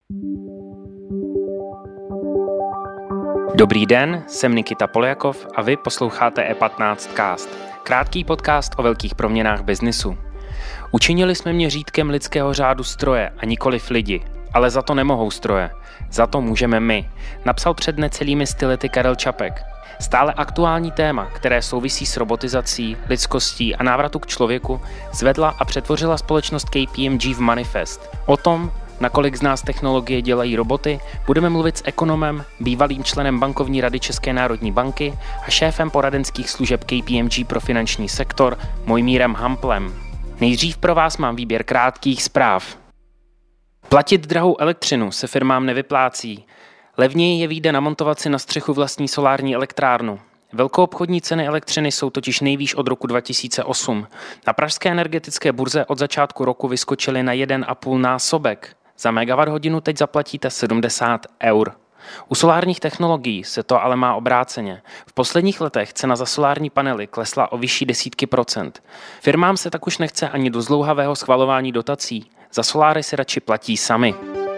Dobrý den, jsem Nikita Poljakov a vy posloucháte E15cast, krátký podcast o velkých proměnách biznisu. Učinili jsme měřítkem lidského řádu stroje a nikoliv lidi, ale za to nemohou stroje, za to můžeme my, napsal před necelými lety Karel Čapek. Stále aktuální téma, které souvisí s robotizací, lidskostí a návratu k člověku, zvedla a přetvořila společnost KPMG v manifest. O tom, nakolik z nás technologie dělají roboty, budeme mluvit s ekonomem, bývalým členem bankovní rady České národní banky a šéfem poradenských služeb KPMG pro finanční sektor Mojmírem Hamplem. Nejdřív pro vás mám výběr krátkých zpráv. Platit drahou elektřinu se firmám nevyplácí. Levněji je vyjde namontovat si na střechu vlastní solární elektrárnu. Velkoobchodní ceny elektřiny jsou totiž nejvýš od roku 2008. Na pražské energetické burze od začátku roku vyskočily na 1,5 násobek. Za megawatt-hodinu teď zaplatíte 70 eur. U solárních technologií se to ale má obráceně. V posledních letech cena za solární panely klesla o vyšší desítky procent. Firmám se tak už nechce ani do zdlouhavého schvalování dotací. Za soláry si radši platí sami.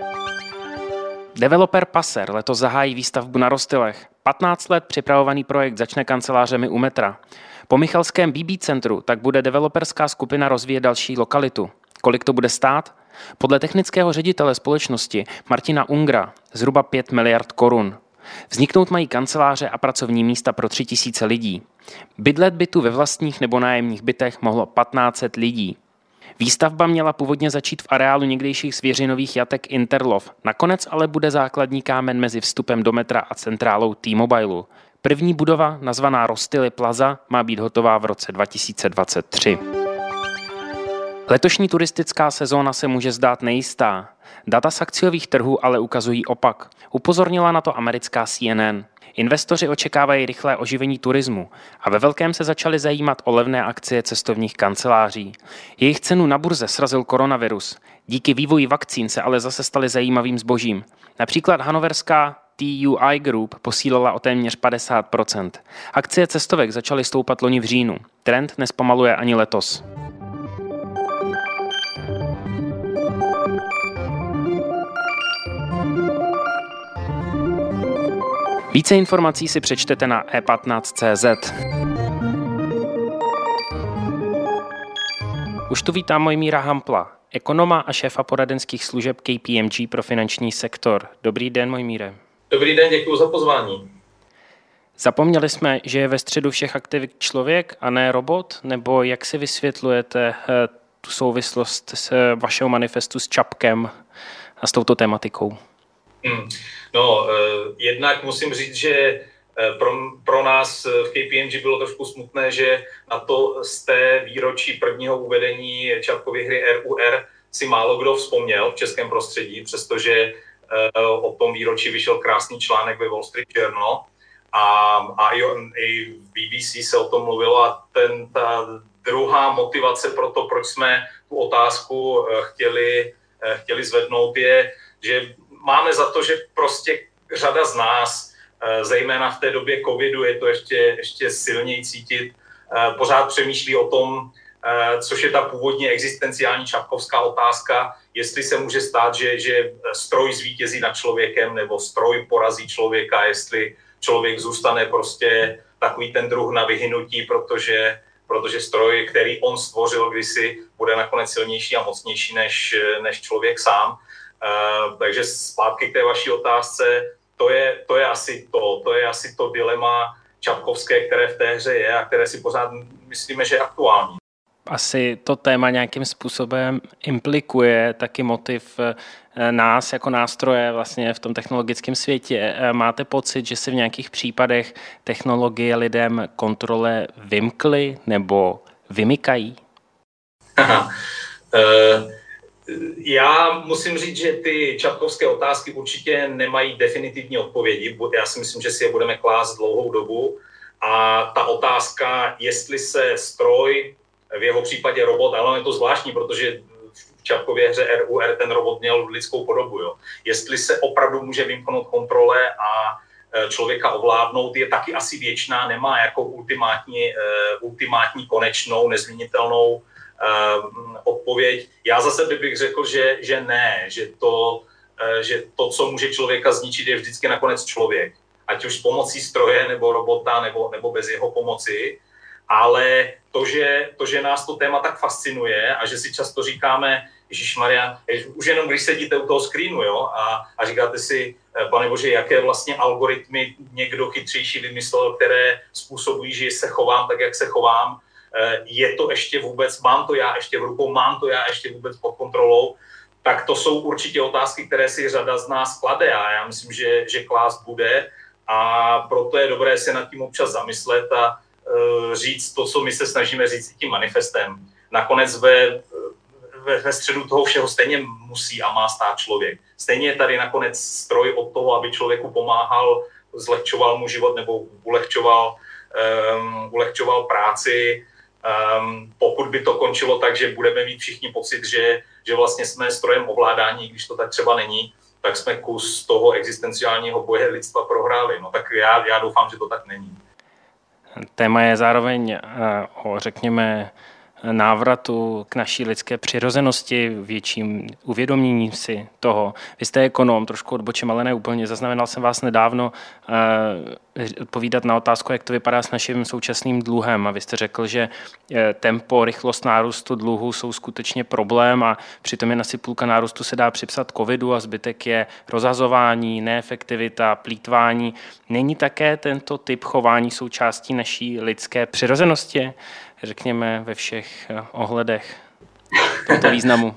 Developer Passer letos zahájí výstavbu na Rostylech. 15 let připravovaný projekt začne kancelářemi u metra. Po Michalském BB centru tak bude developerská skupina rozvíjet další lokalitu. Kolik to bude stát? Podle technického ředitele společnosti Martina Ungra zhruba 5 miliard korun. Vzniknout mají kanceláře a pracovní místa pro 3 000 lidí. Bydlet by tu ve vlastních nebo nájemních bytech mohlo 1500 lidí. Výstavba měla původně začít v areálu někdejších svěřinových jatek Interlov. Nakonec ale bude základní kámen mezi vstupem do metra a centrálou T-Mobileu. První budova, nazvaná Rostyly Plaza, má být hotová v roce 2023. Letošní turistická sezóna se může zdát nejistá. Data z akciových trhů ale ukazují opak. Upozornila na to americká CNN. Investoři očekávají rychlé oživení turismu a ve velkém se začali zajímat o levné akcie cestovních kanceláří. Jejich cenu na burze srazil koronavirus. Díky vývoji vakcín se ale zase staly zajímavým zbožím. Například hannoverská TUI Group posílila o téměř 50%. Akcie cestovek začaly stoupat loni v říjnu. Trend nespomaluje ani letos. Více informací si přečtete na e15.cz. Už tu vítám Mojmíra Hampla, ekonoma a šéfa poradenských služeb KPMG pro finanční sektor. Dobrý den, Mojmíre. Dobrý den, děkuji za pozvání. Zapomněli jsme, že je ve středu všech aktivit člověk a ne robot? Nebo jak si vysvětlujete tu souvislost s vašeho manifestu s Čapkem a s touto tematikou? Jednak musím říct, že pro nás v KPMG bylo trošku smutné, že na to z té výročí prvního uvedení Čapkovy hry RUR si málo kdo vzpomněl v českém prostředí, přestože o tom výročí vyšel krásný článek ve Wall Street Journal a i v BBC se o tom mluvilo a ta druhá motivace pro to, proč jsme tu otázku chtěli zvednout, je, že máme za to, že prostě řada z nás, zejména v té době covidu, je to ještě silněji cítit, pořád přemýšlí o tom, což je ta původně existenciální čapkovská otázka, jestli se může stát, že stroj zvítězí nad člověkem nebo stroj porazí člověka, jestli člověk zůstane prostě takový ten druh na vyhynutí, protože stroj, který on stvořil kdysi, bude nakonec silnější a mocnější než člověk sám. Takže zpátky k té vaší otázce, to je asi to dilema čapkovské, které v té hře je a které si pořád myslíme, že je aktuální. Asi to téma nějakým způsobem implikuje taky motiv nás jako nástroje vlastně v tom technologickém světě. Máte pocit, že se v nějakých případech technologie lidem kontrole vymkly nebo vymykají? Já musím říct, že ty čapkovské otázky určitě nemají definitivní odpovědi. Já si myslím, že si je budeme klást dlouhou dobu. A ta otázka, jestli se stroj, v jeho případě robot, ale je to zvláštní, protože v Čapkově hře RUR ten robot měl lidskou podobu. Jo. Jestli se opravdu může vymknout kontrole a člověka ovládnout, je taky asi věčná, nemá jako ultimátní konečnou, nezměnitelnou odpověď. Já za sebe bych řekl, že ne, že to že to, co může člověka zničit, je vždycky nakonec člověk. Ať už s pomocí stroje nebo robota, nebo bez jeho pomoci. Ale to, že nás to téma tak fascinuje a že si často říkáme, ježišmarja, už jenom když sedíte u toho screenu, jo, a říkáte si, pane bože, jaké vlastně algoritmy někdo chytřejší vymyslel, které způsobují, že se chovám tak, jak se chovám, je to ještě vůbec, mám to já ještě v rukou, mám to já ještě vůbec pod kontrolou, tak to jsou určitě otázky, které si řada z nás klade a já myslím, že klást bude a proto je dobré se nad tím občas zamyslet a říct to, co my se snažíme říct tím manifestem. Nakonec ve středu toho všeho stejně musí a má stát člověk. Stejně je tady nakonec stroj od toho, aby člověku pomáhal, zlehčoval mu život nebo ulehčoval práci. Pokud by to končilo tak, že budeme mít všichni pocit, že vlastně jsme strojem ovládání, když to tak třeba není, tak jsme kus toho existenciálního boje lidstva prohráli. No tak já doufám, že to tak není. Téma je zároveň o, řekněme, návratu k naší lidské přirozenosti, větším uvědomění si toho. Vy jste ekonom, trošku odbočím, ale ne úplně. Zaznamenal jsem vás nedávno odpovídat na otázku, jak to vypadá s naším současným dluhem. A vy jste řekl, že tempo, rychlost nárůstu dluhu jsou skutečně problém a přitom jen asi půlka nárůstu se dá připsat covidu a zbytek je rozhazování, neefektivita, plýtvání. Není také tento typ chování součástí naší lidské přirozenosti? Řekněme ve všech ohledech tohoto významu.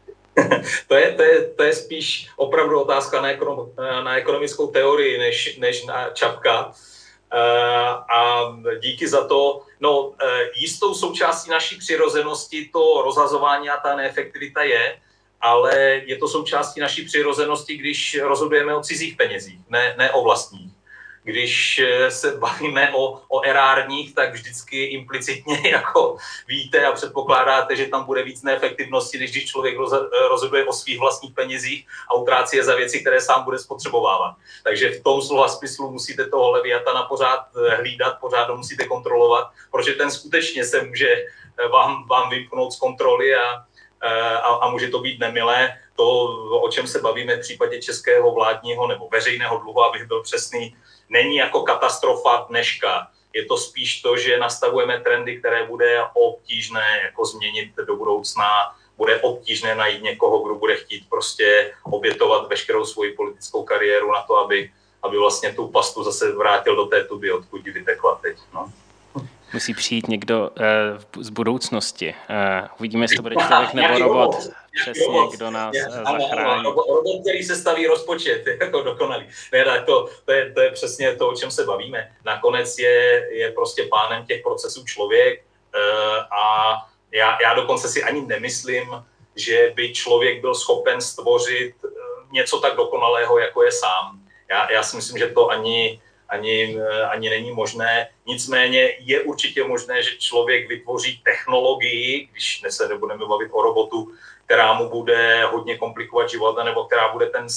To je spíš opravdu otázka na ekonomickou teorii, než na Čapka. A díky za to. No, jistou součástí naší přirozenosti to rozhazování a ta neefektivita je, ale je to součástí naší přirozenosti, když rozhodujeme o cizích penězích, ne o vlastních. Když se bavíme o erárních, tak vždycky implicitně jako víte a předpokládáte, že tam bude víc neefektivnosti, než když člověk rozhoduje o svých vlastních penězích a utrácí je za věci, které sám bude spotřebovávat. Takže v tom slova smyslu musíte toho leviatana pořád hlídat, pořád ho musíte kontrolovat, protože ten skutečně se může vám vymknout z kontroly a může to být nemilé. To, o čem se bavíme v případě českého vládního nebo veřejného dluhu, abych byl přesný, není jako katastrofa dneška. Je to spíš to, že nastavujeme trendy, které bude obtížné jako změnit do budoucna. Bude obtížné najít někoho, kdo bude chtít prostě obětovat veškerou svoji politickou kariéru na to, aby vlastně tu pastu zase vrátil do té tuby, odkud vytekla teď. No. Musí přijít někdo z budoucnosti. Uvidíme, jestli to bude člověk nebo robot. Přesně, kdo nás zachrání. Robot, který se staví rozpočet, jako dokonalý. Ne, tak to je přesně to, o čem se bavíme. Nakonec je prostě pánem těch procesů člověk a já dokonce si ani nemyslím, že by člověk byl schopen stvořit něco tak dokonalého, jako je sám. Já si myslím, že to ani není možné. Nicméně je určitě možné, že člověk vytvoří technologii, když se nebudeme bavit o robotu, která mu bude hodně komplikovat život, nebo která bude ten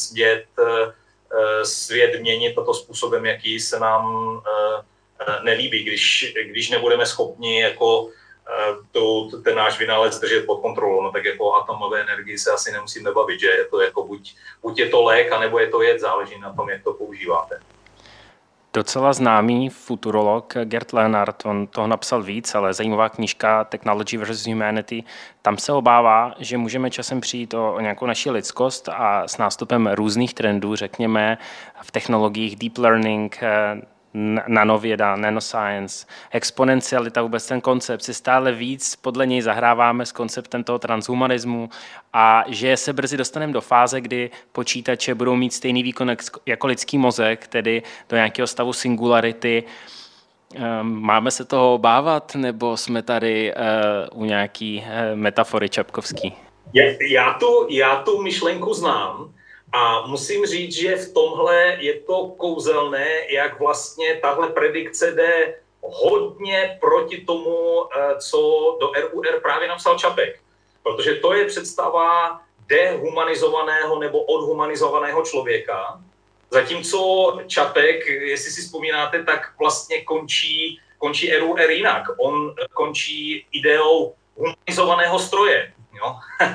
svět měnit a to způsobem, jaký se nám nelíbí, když nebudeme schopni jako ten náš vynález držet pod kontrolou. No tak jako atomové energii se asi nemusíme bavit, že je to jako buď je to lék, anebo je to jed, záleží na tom, jak to používáte. Docela známý futurolog Gerd Leonhard, on toho napsal víc, ale zajímavá knížka Technology vs. Humanity, tam se obává, že můžeme časem přijít o nějakou naši lidskost a s nástupem různých trendů, řekněme, v technologiích deep learning, nanověda, nanoscience, exponencialita, vůbec ten koncept, si stále víc podle něj zahráváme s konceptem toho transhumanismu a že se brzy dostaneme do fáze, kdy počítače budou mít stejný výkon jako lidský mozek, tedy do nějakého stavu singularity. Máme se toho obávat, nebo jsme tady u nějaký metafory čapkovský? Já tu myšlenku znám. A musím říct, že v tomhle je to kouzelné, jak vlastně tahle predikce jde hodně proti tomu, co do RUR právě napsal Čapek. Protože to je představa dehumanizovaného nebo odhumanizovaného člověka. Zatímco Čapek, jestli si vzpomínáte, tak vlastně končí RUR jinak. On končí ideou humanizovaného stroje. Jo?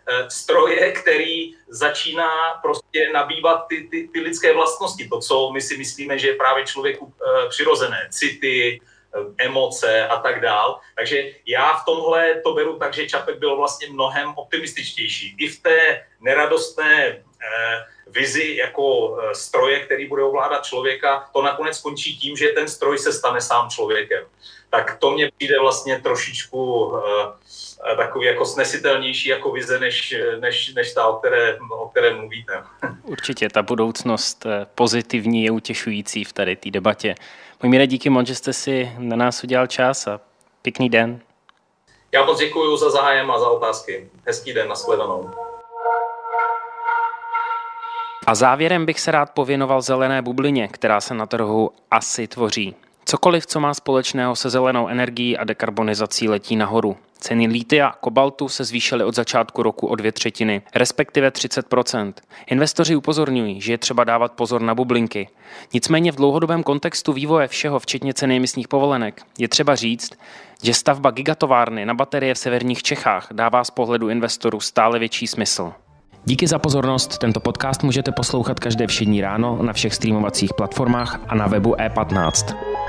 stroje, který začíná prostě nabývat ty lidské vlastnosti, to, co my si myslíme, že je právě člověku přirozené, city, emoce a tak dál. Takže já v tomhle to beru tak, že Čapek byl vlastně mnohem optimističtější. I v té neradostné vizi jako stroje, který bude ovládat člověka, to nakonec končí tím, že ten stroj se stane sám člověkem. Tak to mně přijde vlastně trošičku takový jako snesitelnější jako vize, než ta, o které mluvíte. Určitě ta budoucnost pozitivní je utěšující v tady té debatě. Mojmíre, díky moc, že jste si na nás udělal čas a pěkný den. Já moc děkuji za zájem a za otázky. Hezký den, nashledanou. A závěrem bych se rád pověnoval zelené bublině, která se na trhu asi tvoří. Cokoliv, co má společného se zelenou energií a dekarbonizací, letí nahoru. Ceny litia a kobaltu se zvýšily od začátku roku o 2/3, respektive 30%. Investoři upozorňují, že je třeba dávat pozor na bublinky. Nicméně v dlouhodobém kontextu vývoje všeho, včetně ceny emisních povolenek, je třeba říct, že stavba gigatovárny na baterie v severních Čechách dává z pohledu investorů stále větší smysl. Díky za pozornost. Tento podcast můžete poslouchat každé všední ráno na všech streamovacích platformách a na webu E15.